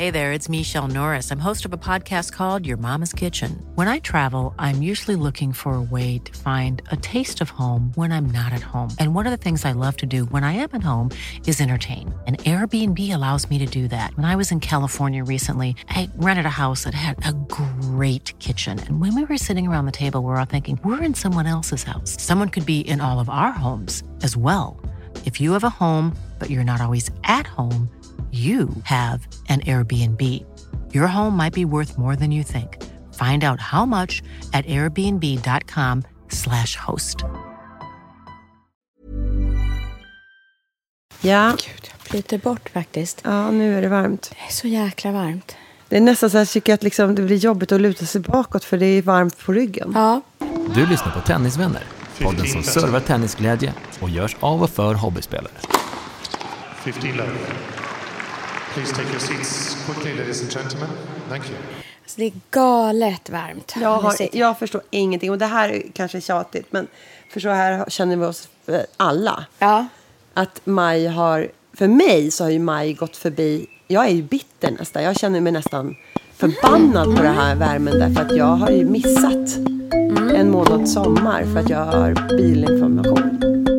Hey there, it's Michelle Norris. I'm host of a podcast called Your Mama's Kitchen. When I travel, I'm usually looking for a way to find a taste of home when I'm not at home. And one of the things I love to do when I am at home is entertain. And Airbnb allows me to do that. When I was in California recently, I rented a house that had a great kitchen. And when we were sitting around the table, we were all thinking, we're in someone else's house. Someone could be in all of our homes as well. If you have a home, but you're not always at home, you have an Airbnb. Your home might be worth more than you think. Find out how much at airbnb.com/host. Ja. Gud, jag flyter bort faktiskt. Ja, nu är det varmt. Det är så jäkla varmt. Det är nästan så att jag tycker att liksom, det blir jobbigt att luta sig bakåt för det är varmt på ryggen. Ja. Du lyssnar på Tennisvänner, podden som servar tennisglädje och görs av och för hobbyspelare. 15 love. Please take your seats quickly, ladies and gentlemen. Thank you. Så det är galet varmt. Jag förstår ingenting. Och det här är kanske tjatigt. Men för så här känner vi oss alla. Ja. Att maj har... För mig så har ju maj gått förbi... Jag är ju bitter nästan. Jag känner mig nästan förbannad på det här värmen. Därför att jag har ju missat en månad sommar. För att jag har bilinformation.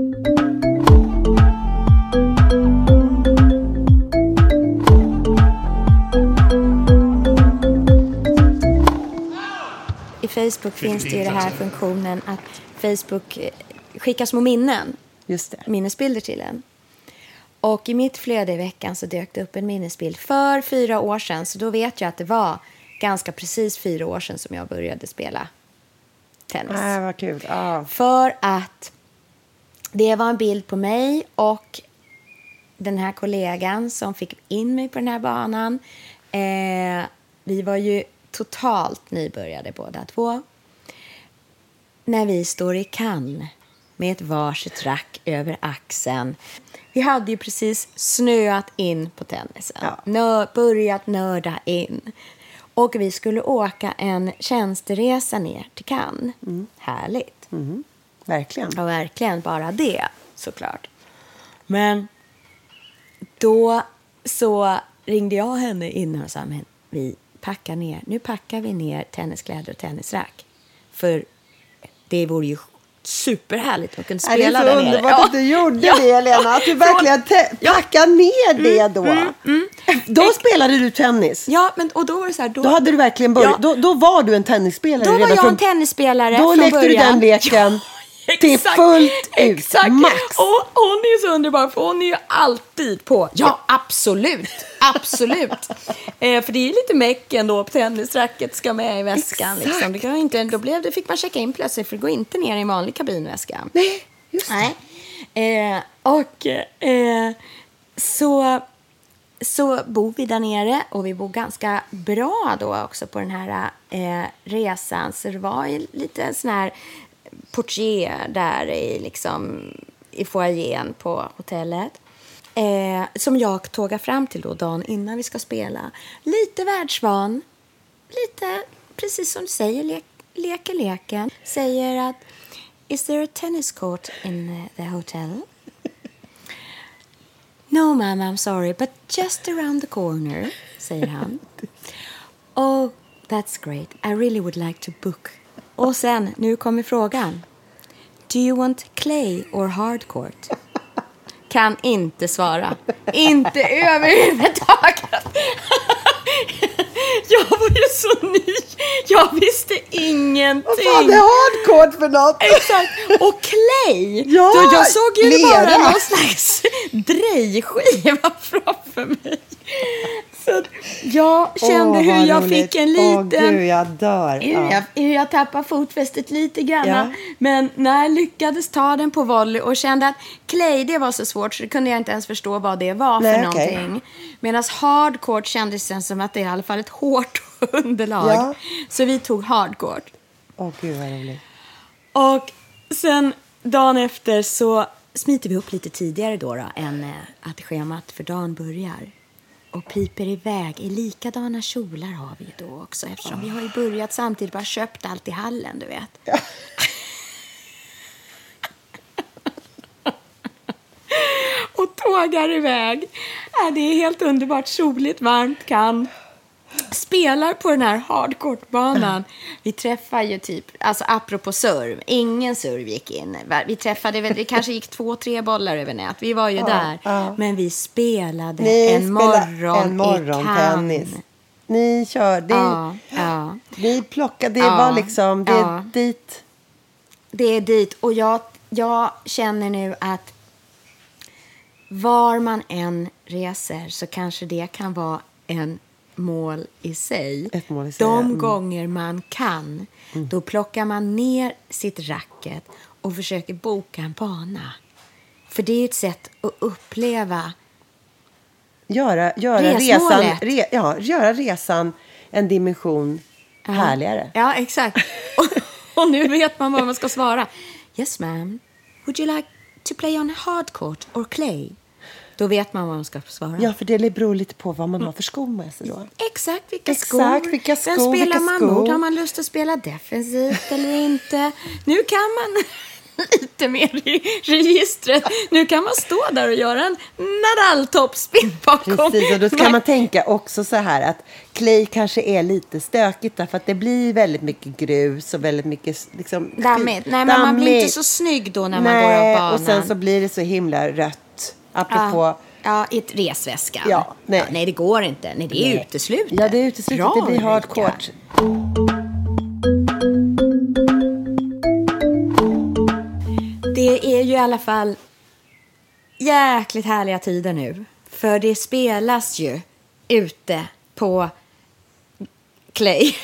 I Facebook finns det ju den här funktionen att Facebook skickar små minnen. Just det. Minnesbilder till en. Och i mitt flöde i veckan så dök det upp en minnesbild för 4 år sedan. Så då vet jag att det var ganska precis 4 år sedan som jag började spela tennis. Vad kul. Ah. För att det var en bild på mig och den här kollegan som fick in mig på den här banan. Vi var ju totalt nybörjade båda två. När vi står i Cannes med ett varsitt rack över axeln. Vi hade ju precis snöat in på tennisen. Ja. Börjat nörda in. Och vi skulle åka en tjänsteresa ner till Cannes. Härligt. Verkligen. Ja, verkligen. Bara det, såklart. Men då så ringde jag henne innan och sa, men nu packar vi ner tenniskläder och tennisrack. För det vore ju superhärligt att kunna spela där nere. Det är så underbart att du gjorde det, Lena. Att du verkligen packade ner det då. Då spelade du tennis. Ja, men och då var det så här. Då hade du verkligen börjat. Ja. Då var du en tennisspelare. Då var jag en tennisspelare från början. Då lekte du den leken. Till fullt ut. Exakt. Max. Och hon är ju så underbar, för hon är ju alltid på. Ja, absolut. Absolut. För det är lite meck ändå. Tennisracket ska med i väskan. Liksom. Det kan inte, då fick man checka in plötsligt, för det går inte ner i en vanlig kabinväska. Nej, just det. Nej. Så bor vi där nere, och vi bor ganska bra då också på den här resan. Så det var ju lite sån här portier där i foajén på hotellet. Som jag tågar fram till då dagen innan vi ska spela. Lite världsvan. Lite, precis som du säger, leker leken. Säger att, is there a tennis court in the hotel? No, ma'am, I'm sorry, but just around the corner, säger han. Oh, that's great. I really would like to book. Och sen, nu kommer frågan. Do you want clay or hard court? Kan inte svara. Inte överhuvudtaget. Jag var ju så ny. Jag visste ingenting. Vad fan är hardcourt för något? Exakt. Och clay. Ja, då jag såg ju lera. bara någon slags drejskiva framför mig. Så jag kände hur jag fick en liten... Gud, jag dör. Hur jag tappade fotfästet lite grann. Ja. Men när jag lyckades ta den på volley och kände att clay, det var så svårt så det kunde jag inte ens förstå vad det var för någonting. Medan hardcourt kändes det som att det är i alla fall ett hårt underlag. Ja. Så vi tog hardcourt. Gud vad roligt. Och sen dagen efter så smiter vi upp lite tidigare då än att schemat för dagen börjar. Och piper iväg i likadana kjolar har vi då också. Eftersom vi har ju börjat samtidigt, bara köpt allt i hallen, du vet. Ja. Och då tågar iväg. Det är helt underbart, soligt, varmt, kan. Spelar på den här hardcourt-banan. Vi träffar ju typ, alltså apropå serv, ingen serv gick in. Vi träffade, det kanske gick 2-3 bollar över nät. Vi var ju där. Men vi spelade en morgon tennis. Ni körde. Vi plockade, det var liksom, det är dit. Det är dit. Och jag känner nu att var man än reser så kanske det kan vara en mål i sig. Ett mål i sig. De gånger man kan, då plockar man ner sitt racket och försöker boka en bana. För det är ett sätt att uppleva göra resan en dimension härligare. Ja, exakt. Och nu vet man vad man ska svara. Yes, ma'am. Would you like to play on hardcourt or clay? Då vet man vad man ska svara. Ja, för det beror lite på vad man har för skor med sig då. Exakt, vilka skor. Vilka skor. Vem spelar man mot? Har man lust att spela defensivt eller inte? Nu kan man lite mer i registret. Nu kan man stå där och göra en Nadal-toppspin bakom. Precis, och då ska man tänka också så här att clay kanske är lite stökigt därför att det blir väldigt mycket grus och väldigt mycket liksom, dammigt. Nej, men man blir inte så snygg då när man går av banan. Och sen så blir det så himla rött. Apropå... Ja, i ett resväska. Ja, nej, det går inte. Nej, det är uteslutet. Ja, det är uteslutet. Bra, det blir hardcourt. Det är ju i alla fall jäkligt härliga tider nu. För det spelas ju ute på clay.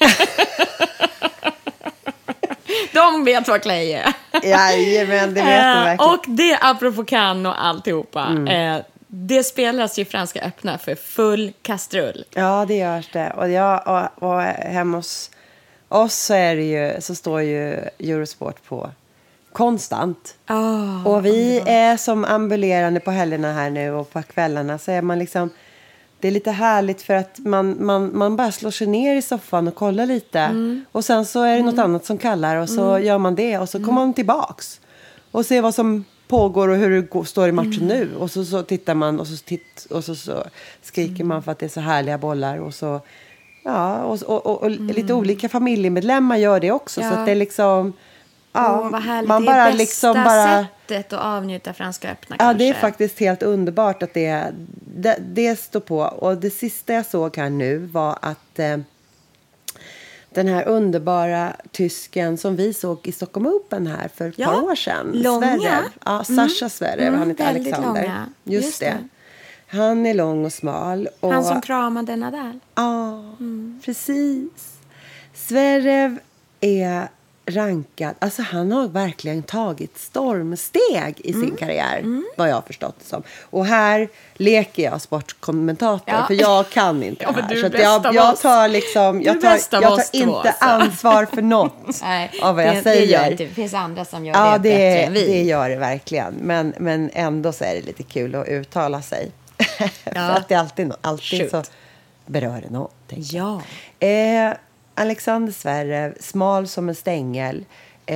De vet vad clay är. Jajamän, det vet de verkligen. Och det, apropå kan och alltihopa. Det spelas ju Franska öppna för full kastrull. Ja, det görs det. Och hemma hos oss så står ju Eurosport på konstant. Och vi är som ambulerande på helgerna här nu och på kvällarna så är man liksom, det är lite härligt för att man bara slår sig ner i soffan och kollar lite. Och sen så är det något annat som kallar och så gör man det och så kommer man tillbaks och ser vad som pågår och hur det står i matchen nu. Och så tittar man och så skriker man för att det är så härliga bollar och så och lite olika familjemedlemmar gör det också så att det är liksom vad härligt. Man det är bara bästa liksom sättet att avnjuta Franska öppna. Ja, det är faktiskt helt underbart att det står på. Och det sista jag såg här nu var att den här underbara tysken som vi såg i Stockholm Open här för ett par år sedan. Långa. Zverev. Ja, Sasha Zverev. Han heter Alexander. Långa. Just det. Han är lång och smal. Och han som kramade Nadal. Ja, precis. Zverev är rankad. Alltså han har verkligen tagit stormsteg i sin karriär. Vad jag har förstått det som. Och här leker jag sportkommentator. För jag kan inte det här. Så att jag tar liksom jag tar inte ansvar för något av vad jag säger. Det finns andra som gör det bättre än vi. Det gör det verkligen. Men ändå så är det lite kul att uttala sig. För att det alltid så berör det någonting. Ja. Alexander Zverev, smal som en stängel,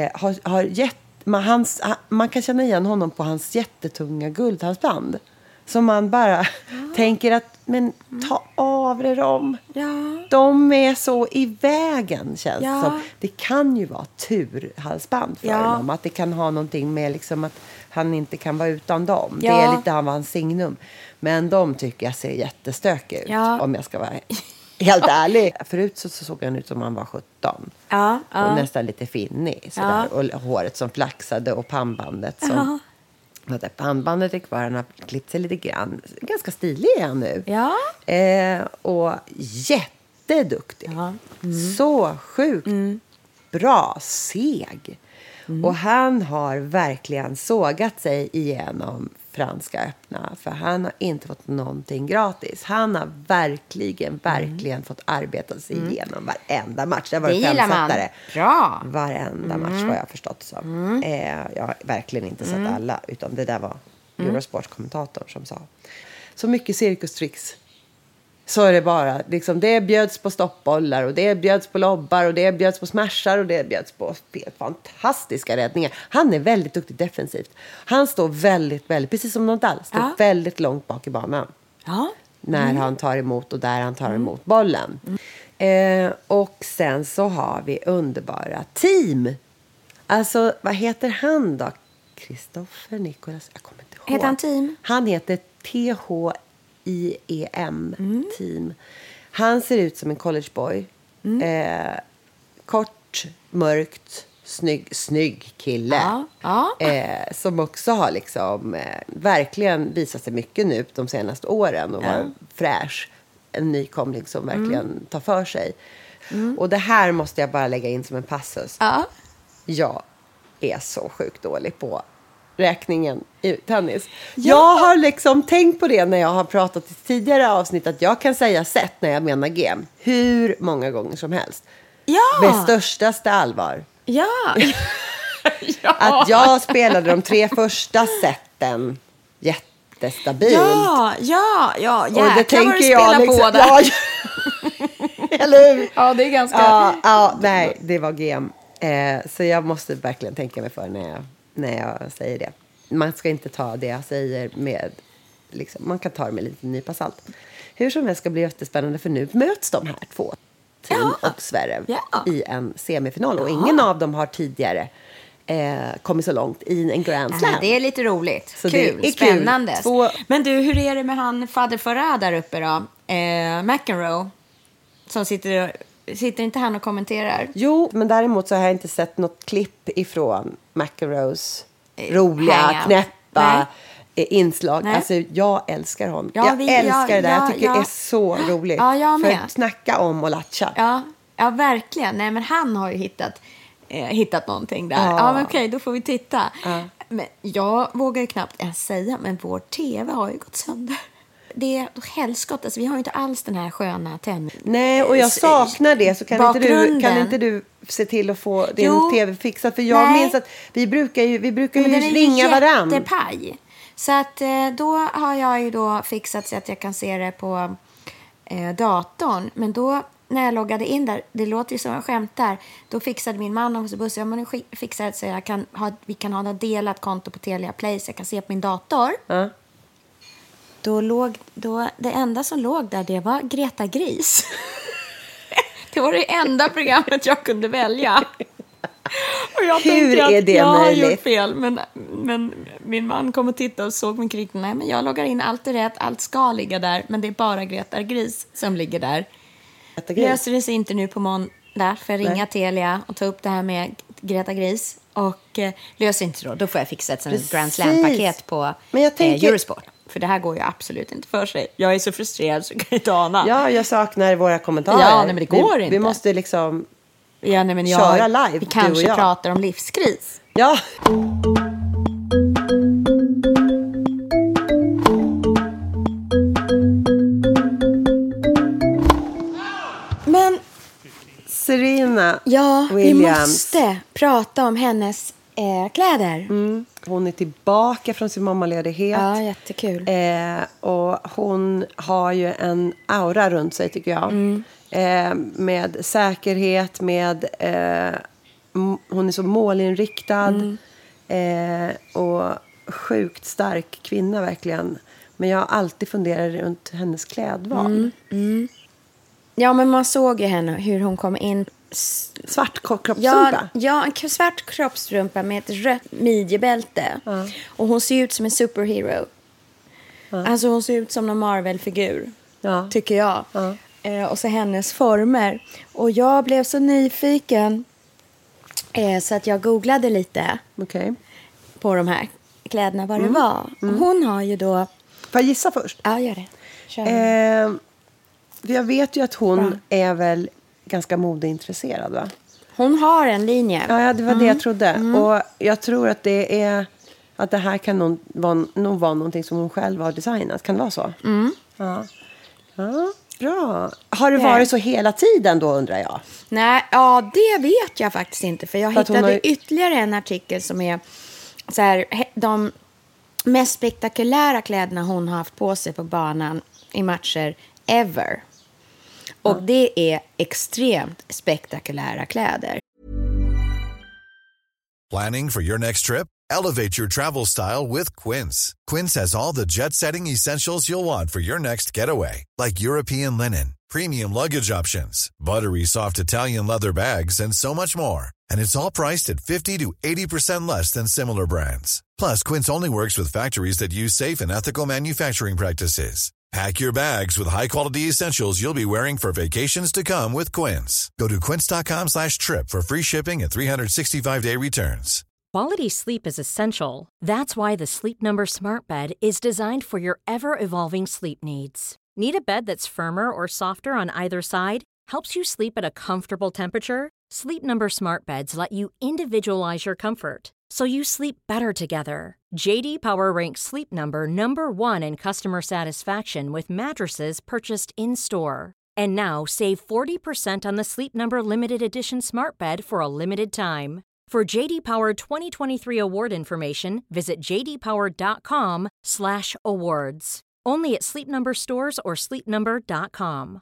man kan känna igen honom på hans jättetunga guldhalsband. Som man bara tänker att, men ta av er dem. Ja. De är så i vägen, känns det som. Det kan ju vara turhalsband för honom. Att det kan ha någonting med liksom att han inte kan vara utan dem. Det är lite av hans signum. Men de tycker jag ser jättestökiga ut, om jag ska vara helt ärlig. Förut så såg han ut som han var 17. Och nästan lite finnig. Och håret som flaxade och pannbandet som... Pannbandet är kvar. Han har klippt sig lite grann. Ganska stilig är han nu. Och jätteduktig. Så sjukt bra. Seg. Och han har verkligen sågat sig igenom Franska öppna. För han har inte fått någonting gratis. Han har verkligen fått arbeta sig igenom varenda match. Det var femsättare. Bra. Varenda match vad jag förstått som. Jag har verkligen inte sett alla. Utan det där var Eurosports kommentatorn som sa. Så mycket cirkustricks så är det bara, liksom, det bjöds på stoppbollar och det bjöds på lobbar och det bjöds på smashar och det bjöds på fantastiska räddningar. Han är väldigt duktig defensivt. Han står väldigt, väldigt, precis som Nadal, står väldigt långt bak i banan. Ja. När han tar emot och där han tar emot bollen. Och sen så har vi underbara team. Alltså, vad heter han då? Kristoffer Nikolas, jag kommer inte ihåg. Heter han Team? Han heter THIEM Team. Han ser ut som en collegeboy. Kort, mörkt, snygg kille. Som också har liksom verkligen visat sig mycket nu de senaste åren och var fräsch. En nykomling som verkligen tar för sig. Och det här måste jag bara lägga in som en passus. Jag är så sjukt dålig på räkningen i tennis. Jag har liksom tänkt på det när jag har pratat i tidigare avsnitt att jag kan säga set när jag menar game hur många gånger som helst. Med störstaste allvar. Att jag spelade de 3 första seten jättestabilt. Och det tänker jag liksom, båda. Eller hur? Ja, det är ganska... Nej, det var game. Så jag måste verkligen tänka mig för när jag säger det. Man ska inte ta det jag säger med... Liksom, man kan ta det med lite nypa salt. Hur som helst ska bli jättespännande för nu möts de här 2, Team och Zverev, i en semifinal. Och ingen av dem har tidigare kommit så långt i en Grand Slam. Det är lite roligt. Så kul, det är spännande. Kul. Men du, hur är det med han Fader Farah där uppe då? McEnroe, som sitter inte han och kommenterar? Jo, men däremot så har jag inte sett något klipp ifrån McEnroes roliga, knäppa inslag. Nej. Alltså, jag älskar honom. Jag älskar det där. Jag tycker det är så roligt. Ja, jag med. För snacka om och latcha. Ja, verkligen. Nej, men han har ju hittat någonting där. Ja, men okej, då får vi titta. Men jag vågar ju knappt ens säga, men vår tv har ju gått sönder. Det är helskott. Alltså, vi har ju inte alls den här sköna tennis. Nej, och jag saknar det. Så kan inte du se till att få din tv fixad? För jag minns att vi brukar ju ringa varann. Jättepaj. Så att då har jag ju då fixat så att jag kan se det på datorn. Men då när jag loggade in där, det låter ju som en skämt där, då fixade min man och bussen, jag men fixade så vi kan ha ett delat konto på Telia Play så jag kan se på min dator. Då det enda som låg där, det var Greta Gris. Det var det enda programmet jag kunde välja. Och jag Hur är det jag möjligt? har gjort fel, men min man kom och tittade och såg min kritik. Nej, men jag loggar in, allt är rätt, allt ska ligga där, men det är bara Greta Gris som ligger där. Löser det sig inte nu på måndag för att ringa Telia och ta upp det här med Greta Gris, och löser inte då får jag fixa ett Grand Slam-paket på Eurosport. För det här går ju absolut inte för sig. Jag är så frustrerad så kan jag inte ana. Ja, jag saknar våra kommentarer. Ja, nej, men det går inte. Vi måste liksom köra live. Vi kanske pratar om livskris. Ja. Men Serena Williams. Vi måste prata om hennes kläder. Hon är tillbaka från sin mammaledighet. Ja, jättekul. Och hon har ju en aura runt sig, tycker jag. Med säkerhet, hon är så målinriktad. Och sjukt stark kvinna, verkligen. Men jag har alltid funderat runt hennes klädval. Ja, men man såg ju henne, hur hon kom in. Svart kroppsstrumpa. Ja, en svart kroppsstrumpa med ett rött midjebälte. Och hon ser ut som en superhero. Alltså hon ser ut som en Marvel-figur. Tycker jag. Och så hennes former. Och jag blev så nyfiken så att jag googlade lite på de här kläderna, vad det var. Och hon har ju då... Får jag gissa först? Ja, gör det. Jag vet ju att hon är väl ganska modeintresserad, va? Hon har en linje. Ja, det var det jag trodde. Och jag tror att att det här kan nog vara någonting som hon själv har designat. Kan det vara så? Ja, bra. Har det varit så hela tiden då, undrar jag? Nej, det vet jag faktiskt inte. För jag hittade ytterligare en artikel som är så här, de mest spektakulära kläderna hon har haft på sig på banan i matcher ever. Och det är extremt spektakulära kläder. Planning for your next trip? Elevate your travel style with Quince. Quince has all the jet-setting essentials you'll want for your next getaway, like European linen, premium luggage options, buttery soft Italian leather bags, and so much more. And it's all priced at 50 to 80% less than similar brands. Plus, Quince only works with factories that use safe and ethical manufacturing practices. Pack your bags with high-quality essentials you'll be wearing for vacations to come with Quince. Go to quince.com/trip for free shipping and 365-day returns. Quality sleep is essential. That's why the Sleep Number Smart Bed is designed for your ever-evolving sleep needs. Need a bed that's firmer or softer on either side? Helps you sleep at a comfortable temperature? Sleep Number Smart Beds let you individualize your comfort, so you sleep better together. JD Power ranks Sleep Number #1 in customer satisfaction with mattresses purchased in-store. And now, save 40% on the Sleep Number Limited Edition Smart Bed for a limited time. For JD Power 2023 award information, visit jdpower.com/awards. Only at Sleep Number stores or sleepnumber.com.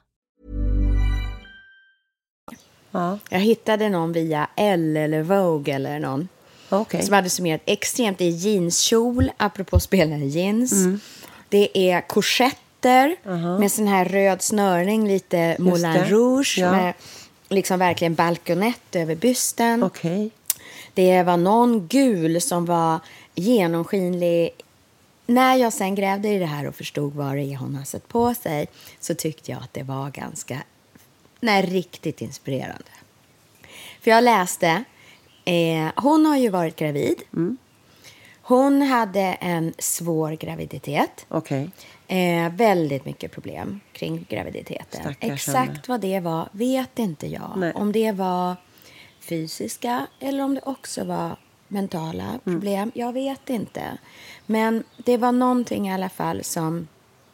Ja. Jag hittade någon via Elle eller Vogue eller någon. Okej. Som hade summerat extremt i jeanskjol, apropå spela jeans. Det är korsetter med sån här röd snörning, lite Moulin Rouge. Ja. Med liksom verkligen balkonett över bysten. Okej. Det var någon gul som var genomskinlig. När jag sen grävde i det här och förstod vad det är hon har sett på sig, så tyckte jag att det var ganska, riktigt inspirerande. För jag läste, hon har ju varit gravid. Hon hade en svår graviditet. Okej. Väldigt mycket problem kring graviditeten. Stackars Exakt henne. vad det var vet inte jag. Nej. Om det var fysiska eller om det också var mentala problem. Jag vet inte. Men det var någonting i alla fall som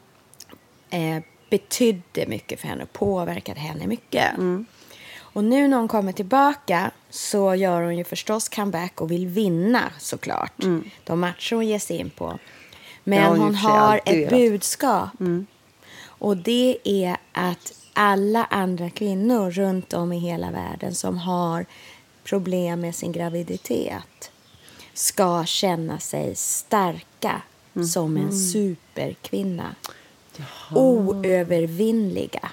betydde mycket för henne och påverkade henne mycket. Och nu när hon kommer tillbaka så gör hon ju förstås comeback och vill vinna såklart. De matcher hon ger sig in på. Men hon har ett budskap. Och det är att alla andra kvinnor runt om i hela världen som har problem med sin graviditet ska känna sig starka som en superkvinna. Oövervinnliga.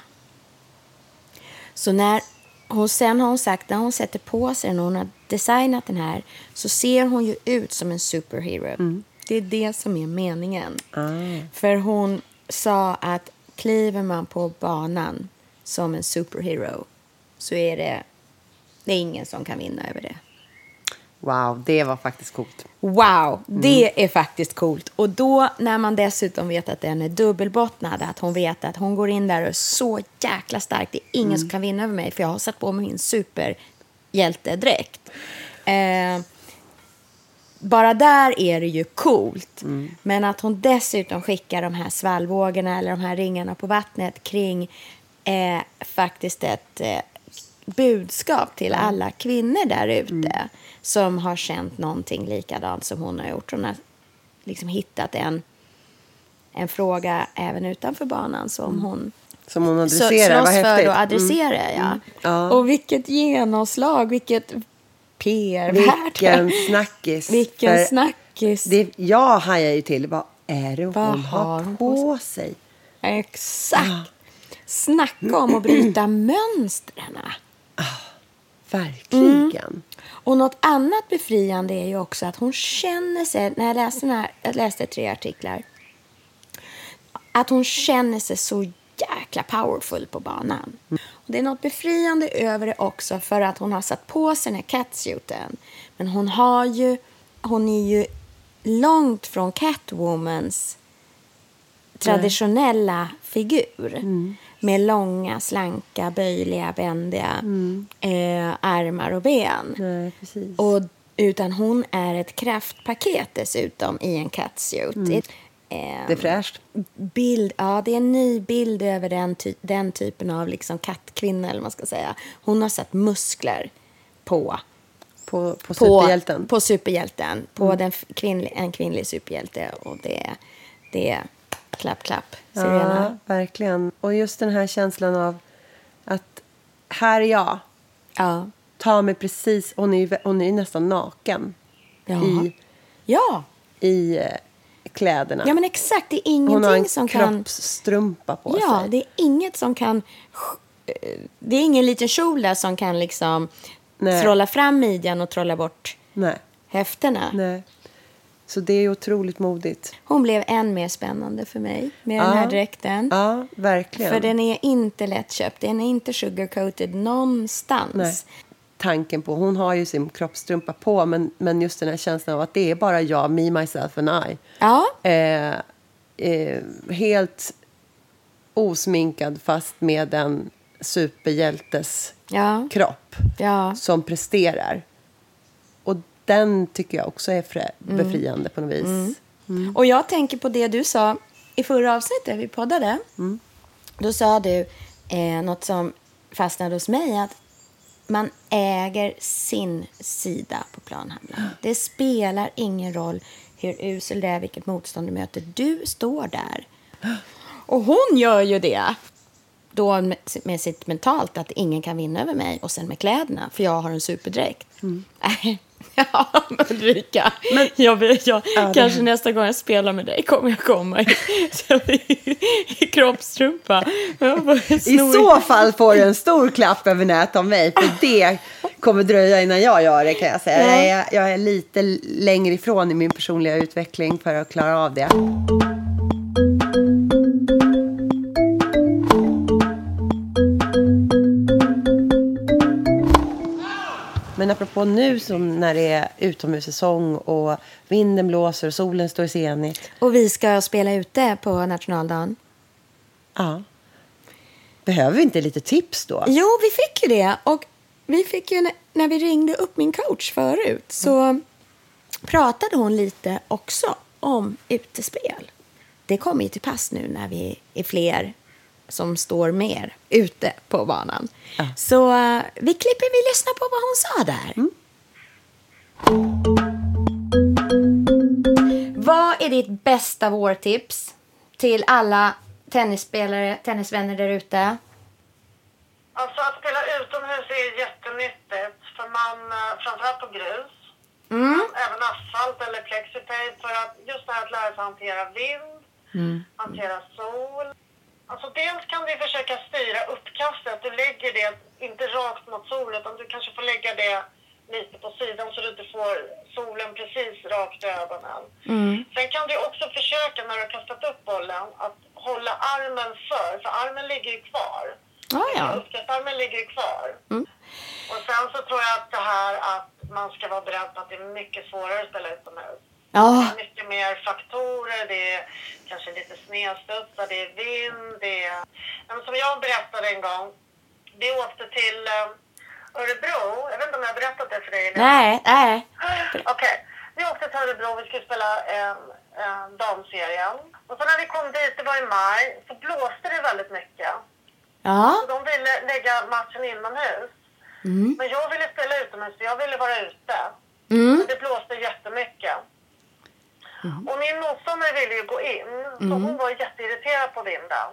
Så när hon har hon sagt, när hon sätter på sig när hon har designat den här, så ser hon ju ut som en superhero. Det är det som är meningen. För hon sa att kliver man på banan som en superhero så är det är ingen som kan vinna över det. Wow, det var faktiskt coolt. Wow, det är faktiskt coolt. Och då när man dessutom vet att den är dubbelbottnad, att hon vet att hon går in där och är så jäkla stark, det är ingen som kan vinna över mig för jag har satt på mig min superhjältedräkt. Bara där är det ju coolt. Men att hon dessutom skickar de här svallvågorna eller de här ringarna på vattnet kring faktiskt ett budskap till alla kvinnor där ute som har känt någonting likadant som hon har gjort. Hon har liksom hittat en fråga även utanför banan som hon adresserar. slåss för att adressera. Ja. Och vilket genomslag, vilket Vilken snackis. Vilken snackis. Jag hajar ju till. Vad är det hon har på sig? Exakt. Snacka om att bryta mönstren. Verkligen. Och något annat befriande är ju också att hon känner sig, när jag läste den här, jag läste 3 artiklar, att hon känner sig så jäkla powerful på banan. Och det är något befriande över det också för att hon har satt på sig den här catsuiten. Men hon är ju långt från Catwomans traditionella figur. Med långa, slanka, böjliga, bändiga armar och ben. Nej, precis. Utan hon är ett kraftpaket dessutom i en catsuit. Det är fräscht. Det är en ny bild över den typen av liksom kattkvinna, eller man ska säga. Hon har satt muskler på superhjälten. På superhjälten. På en kvinnlig superhjälte. Och det Klapp, klapp. Sirena. Ja, verkligen. Och just den här känslan av att här är jag. Ja. Ta mig precis. Hon är nästan naken. Ja. I kläderna. Ja, men exakt. Det är ingenting hon har en som kan... kroppsstrumpa på sig. Ja, det är inget som kan... Det är ingen liten kjol där som kan liksom trolla fram midjan och trolla bort höfterna. Nej. Så det är otroligt modigt. Hon blev än mer spännande för mig med den här dräkten. Ja, verkligen. För den är inte lättköpt. Den är inte sugarcoated någonstans. Nej. Tanken på, hon har ju sin kroppstrumpa på, men just den här känslan av att det är bara jag, me, myself and I. Ja. Helt osminkad fast med en superhjältes kropp som presterar. Och den tycker jag också är befriande på något vis. Och jag tänker på det du sa i förra avsnittet vi poddade. Då sa du något som fastnade hos mig, att man äger sin sida på planhalvan. Det spelar ingen roll hur usel det är, vilket motstånd du möter. Du står där. Och hon gör ju det. Då med sitt mentalt att ingen kan vinna över mig. Och sen med kläderna, för jag har en superdräkt. Ja, Ulrika. Jag kanske nästa gång jag spelar med dig kommer jag komma i kroppstrumpa. I så fall får du en stor klapp över nät av mig. För det kommer dröja innan jag gör det, kan jag säga. Jag är lite längre ifrån i min personliga utveckling för att klara av det. Men apropå nu som när det är utomhussäsong och vinden blåser och solen står i zenit. Och vi ska spela ute på nationaldagen. Ja. Behöver vi inte lite tips då? Jo, vi fick ju det. Och vi fick ju när vi ringde upp min coach förut så pratade hon lite också om utespel. Det kommer ju till pass nu när vi är fler som står mer ute på banan. Ja. Så vi lyssnar på vad hon sa där. Vad är ditt bästa vårtips till alla tennisvänner där ute? Alltså att spela utomhus är jättenyttigt. För man, framförallt på grus. Även asfalt eller plexitape. För att just det här att lära sig hantera vind. Hantera sol. Alltså dels kan du försöka styra uppkastet. Att du lägger det inte rakt mot solen. Utan du kanske får lägga det lite på sidan. Så du inte får solen precis rakt i ögonen. Sen kan du också försöka när du har kastat upp bollen. Att hålla armen för armen ligger ju kvar. Uppkastarmen ligger ju kvar. Och sen så tror jag att det här att man ska vara beredd på att det är mycket svårare att ställa utomhus. Det är mycket mer faktorer, det är kanske lite snedstudsar, det är vind, det är... Men som jag berättade en gång, vi åkte till Örebro, jag vet inte om jag har berättat det för dig. Nej. Okej, vi åkte till Örebro, vi skulle spela damserien. Och så när vi kom dit, det var i maj, så blåste det väldigt mycket. Så de ville lägga matchen inomhus. Men jag ville spela utomhus, för jag ville vara ute. Det blåste jättemycket. Och min motståndare ville ju gå in. Så hon var jätteirriterad på vinden.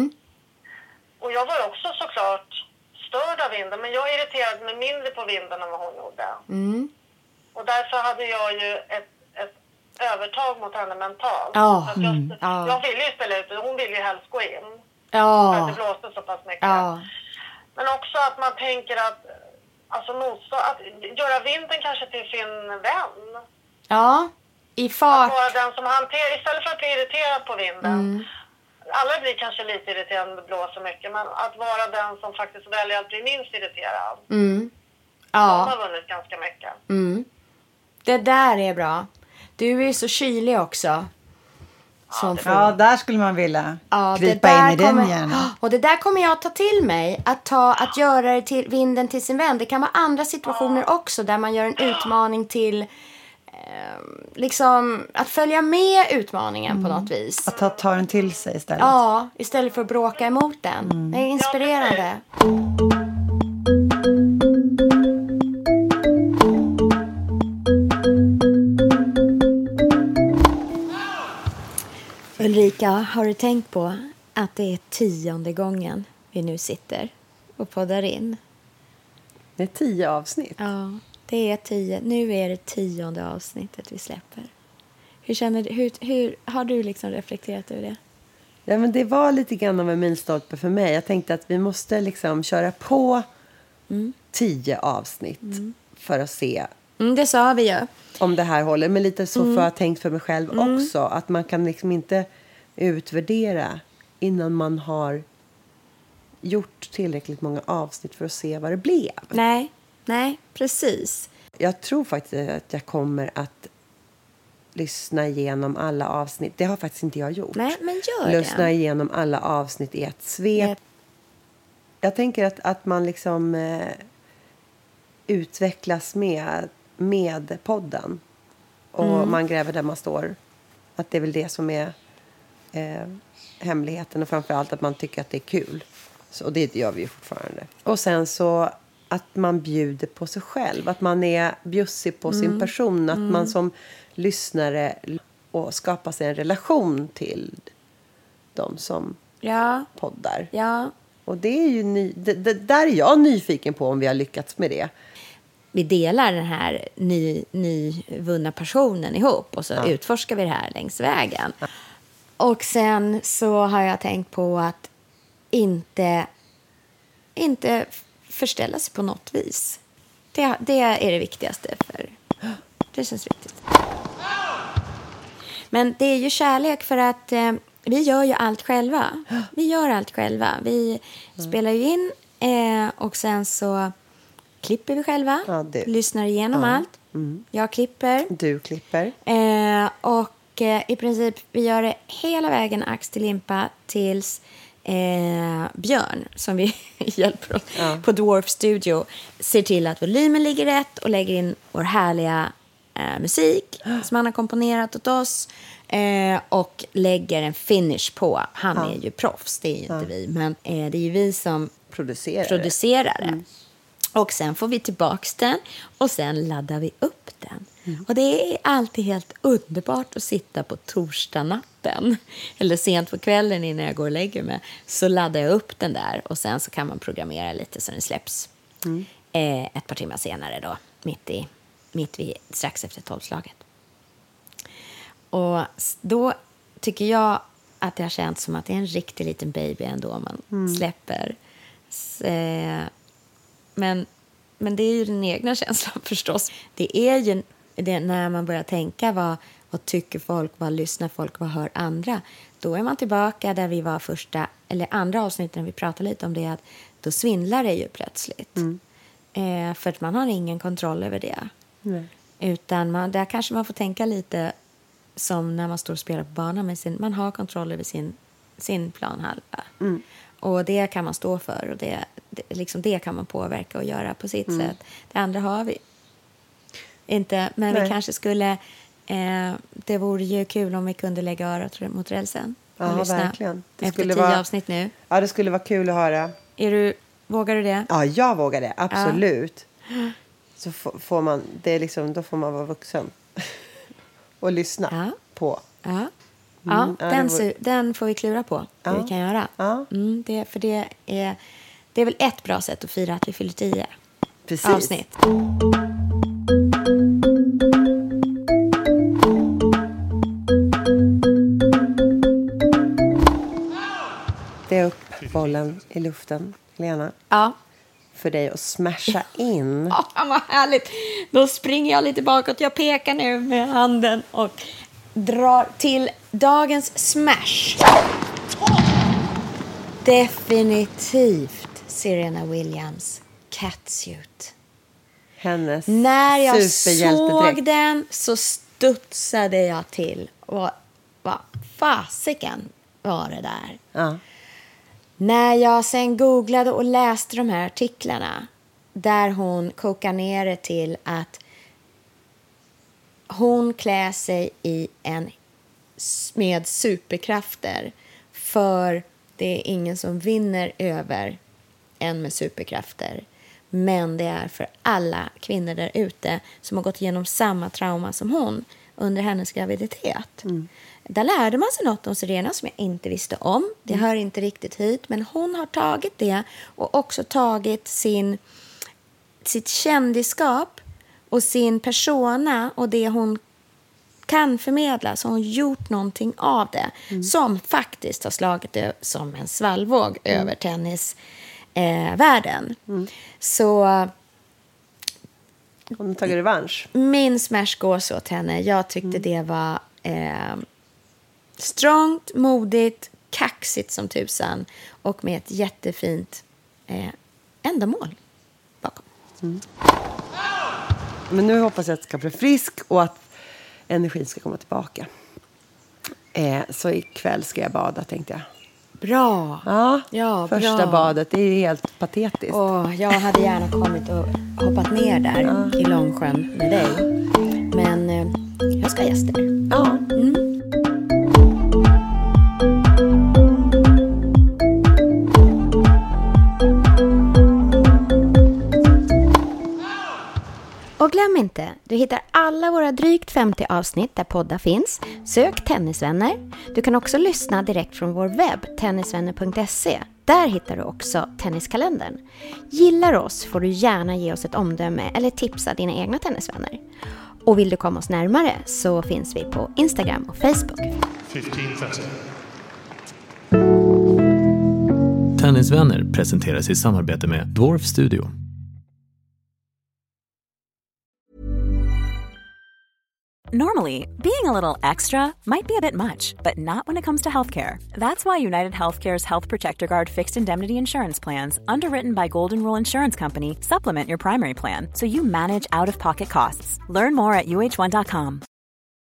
Och jag var också såklart störd av vinden. Men jag irriterade mig mindre på vinden än vad hon gjorde. Och därför hade jag ju ett övertag mot henne mentalt. Jag ville ju spela ut och hon ville ju helst gå in. För att det blåste så pass mycket. Men också att man tänker att att göra vinden kanske till sin vän. I fart. Att vara den som hanterar, istället för att bli irriterad på vinden. Alla blir kanske lite irriterade om det blåser mycket. Men att vara den som faktiskt väljer att bli minst irriterad. De har vunnit ganska mycket. Det där är bra. Du är så kylig också. Ja, där skulle man vilja krypa in i den igen. Och det där kommer jag ta till mig. Att göra det till vinden till sin vän. Det kan vara andra situationer också. Där man gör en utmaning till... liksom att följa med utmaningen på något vis. Att ta den till sig istället. Ja, istället för att bråka emot den. Det är inspirerande. Ja, har du tänkt på att det är 10:e gången vi nu sitter och poddar in? Det är 10 avsnitt. Ja, det är 10. Nu är det 10:e avsnittet vi släpper. Hur känner du? Hur har du liksom reflekterat över det? Ja, men det var lite grann av en milstolpe för mig. Jag tänkte att vi måste liksom köra på 10 avsnitt för att se. Det sa vi ju. Om det här håller. Men lite så får jag tänkt för mig själv också. Att man kan liksom inte utvärdera innan man har gjort tillräckligt många avsnitt för att se vad det blev. Nej, precis. Jag tror faktiskt att jag kommer att lyssna igenom alla avsnitt. Det har faktiskt inte jag gjort. Nej, men gör det. Lyssna igenom alla avsnitt i ett svep. Jag tänker att man liksom utvecklas med podden. Och man gräver där man står. Att det är väl det som är hemligheten. Och framförallt att man tycker att det är kul. Och det gör vi ju fortfarande. Och sen så att man bjuder på sig själv. Att man är bjussig på sin person. Att man som lyssnare och skapar sig en relation till de som poddar. Ja. Och det är ju där är jag nyfiken på om vi har lyckats med det. Vi delar den här nyvunna passionen ihop. Och så utforskar vi det här längs vägen. Ja. Och sen så har jag tänkt på att inte förställa sig på något vis. Det är det viktigaste. Det känns viktigt. Men det är ju kärlek för att vi gör ju allt själva. Vi spelar ju in och sen så klipper vi själva. Ja, lyssnar igenom allt. Jag klipper. Du klipper. Och i princip vi gör det hela vägen ax till limpa tills Björn som vi hjälper oss på Dwarf Studio ser till att volymen ligger rätt och lägger in vår härliga musik som han har komponerat åt oss och lägger en finish på. Han är ju proffs, det är ju inte vi, men det är ju vi som producerar det. Och sen får vi tillbaks den och sen laddar vi upp den. Och det är alltid helt underbart att sitta på torsdagnatten eller sent på kvällen innan jag går och lägger mig. Så laddar jag upp den där och sen så kan man programmera lite så den släpps ett par timmar senare då, mitt vid strax efter 12-slaget. Och då tycker jag att det har känts som att det är en riktig liten baby ändå man släpper. Men det är ju den egna känslan förstås. Det är ju det när man börjar tänka vad tycker folk, vad lyssnar folk, vad hör andra. Då är man tillbaka där vi var första eller andra avsnittet när vi pratade lite om det. Att då svindlar det ju plötsligt. För att man har ingen kontroll över det. Utan där kanske man får tänka lite som när man står och spelar på banan med man har kontroll över sin planhalva. Och det kan man stå för och det kan man påverka och göra på sitt sätt. Det andra har vi inte, men vi kanske skulle det vore ju kul om vi kunde lägga örat mot rälsen och lyssna. Verkligen. Det skulle efter 10 avsnitt nu. Ja, det skulle vara kul att höra. Vågar du det? Ja, jag vågar det, absolut. Så får man det är liksom, då får man vara vuxen och lyssna på. Den får vi klura på hur vi kan göra. Det är väl ett bra sätt att fira att vi fyller 10 avsnitt. Det är upp bollen i luften, Lena. Ja. För dig att smasha in. Ja, vad härligt. Då springer jag lite bakåt. Jag pekar nu med handen och drar till dagens smash. Definitivt Serena Williams Catsuit. Hennes när jag såg den så studsade jag till. Och vad fasiken var det där? Ja. När jag sen googlade och läste de här artiklarna där hon kokar ner det till att hon klär sig med superkrafter för det är ingen som vinner över en med superkrafter. Men det är för alla kvinnor där ute som har gått igenom samma trauma som hon under hennes graviditet. Där lärde man sig något om Serena som jag inte visste om. Det hör inte riktigt hit. Men hon har tagit det och också tagit sitt kändisskap och sin persona och det hon kan förmedla. Så hon har gjort någonting av det som faktiskt har slagit som en svallvåg över tennisvärlden. Så hon har tagit revansch. Min smash gås åt henne. Jag tyckte det var strongt, modigt, kaxigt som tusan och med ett jättefint ändamål bakom. Men nu hoppas jag att jag ska bli frisk och att energin ska komma tillbaka. Så ikväll ska jag bada, tänkte jag. Bra. Ja, första badet. Det är helt patetiskt. Jag hade gärna kommit och hoppat ner där i Långsjön med dig. Men jag ska ha gäster. Ja. Och glöm inte, du hittar alla våra drygt 50 avsnitt där poddar finns. Sök Tennisvänner. Du kan också lyssna direkt från vår webb, tennisvänner.se. Där hittar du också tenniskalendern. Gillar oss får du gärna ge oss ett omdöme eller tipsa dina egna tennisvänner. Och vill du komma oss närmare så finns vi på Instagram och Facebook. 15:30. Tennisvänner presenteras i samarbete med Dwarf Studio. Normally, being a little extra might be a bit much, but not when it comes to healthcare. That's why United Healthcare's Health Protector Guard fixed indemnity insurance plans, underwritten by Golden Rule Insurance Company, supplement your primary plan so you manage out-of-pocket costs. Learn more at uh1.com.